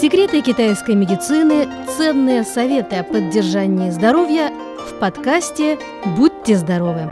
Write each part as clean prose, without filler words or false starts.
Секреты китайской медицины, ценные советы о поддержании здоровья в подкасте «Будьте здоровы».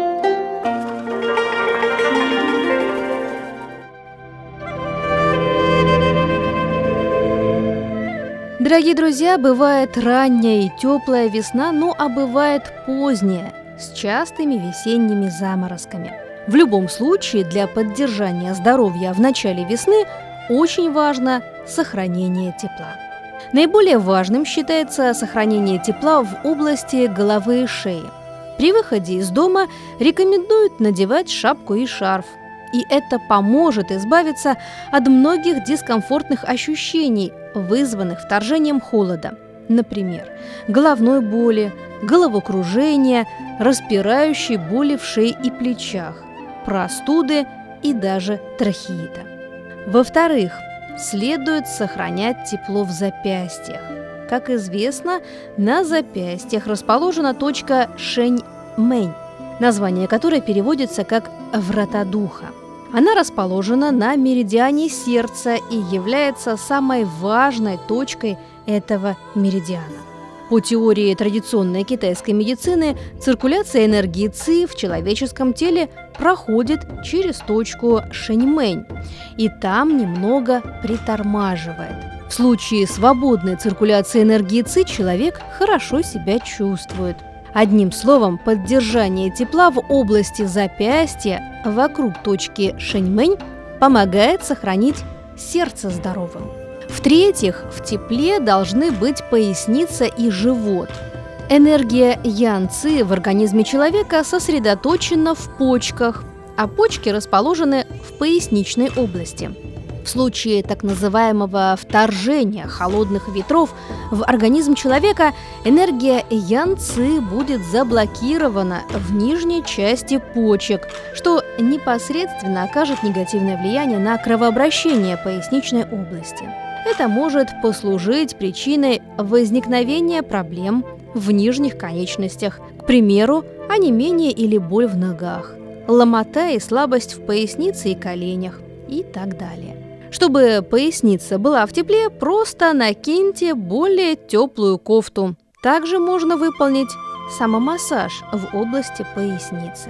Дорогие друзья, бывает ранняя и теплая весна, а бывает поздняя, с частыми весенними заморозками. В любом случае, для поддержания здоровья в начале весны очень важно сохранение тепла. Наиболее важным считается сохранение тепла в области головы и шеи. При выходе из дома рекомендуют надевать шапку и шарф. И это поможет избавиться от многих дискомфортных ощущений, вызванных вторжением холода. Например, головной боли, головокружения, распирающей боли в шее и плечах, простуды и даже трахеита. Во-вторых, следует сохранять тепло в запястьях. Как известно, на запястьях расположена точка Шэньмэнь, название которой переводится как «врата духа». Она расположена на меридиане сердца и является самой важной точкой этого меридиана. По теории традиционной китайской медицины, циркуляция энергии ци в человеческом теле проходит через точку Шэньмэнь и там немного притормаживает. В случае свободной циркуляции энергии ци человек хорошо себя чувствует. Одним словом, поддержание тепла в области запястья вокруг точки Шэньмэнь помогает сохранить сердце здоровым. В-третьих, в тепле должны быть поясница и живот. Энергия ян-ци в организме человека сосредоточена в почках, а почки расположены в поясничной области. В случае так называемого вторжения холодных ветров в организм человека энергия ян-ци будет заблокирована в нижней части почек, что непосредственно окажет негативное влияние на кровообращение поясничной области. Это может послужить причиной возникновения проблем в нижних конечностях, к примеру, онемение или боль в ногах, ломота и слабость в пояснице и коленях и так далее. Чтобы поясница была в тепле, просто накиньте более теплую кофту. Также можно выполнить самомассаж в области поясницы.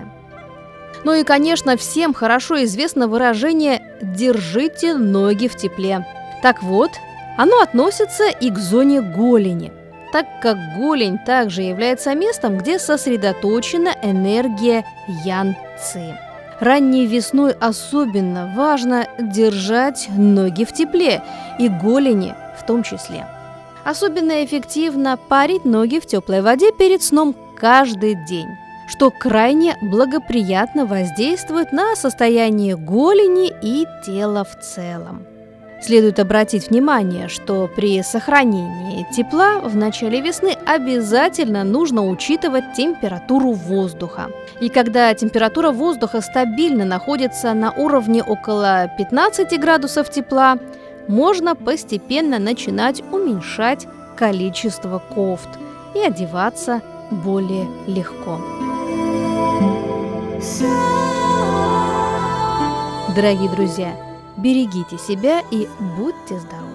И, конечно, всем хорошо известно выражение «держите ноги в тепле». Так вот, оно относится и к зоне голени, так как голень также является местом, где сосредоточена энергия ян-ци. Ранней весной особенно важно держать ноги в тепле, и голени в том числе. Особенно эффективно парить ноги в теплой воде перед сном каждый день, что крайне благоприятно воздействует на состояние голени и тела в целом. Следует обратить внимание, что при сохранении тепла в начале весны обязательно нужно учитывать температуру воздуха. И когда температура воздуха стабильно находится на уровне около 15 градусов тепла, можно постепенно начинать уменьшать количество кофт и одеваться более легко. Дорогие друзья, берегите себя и будьте здоровы!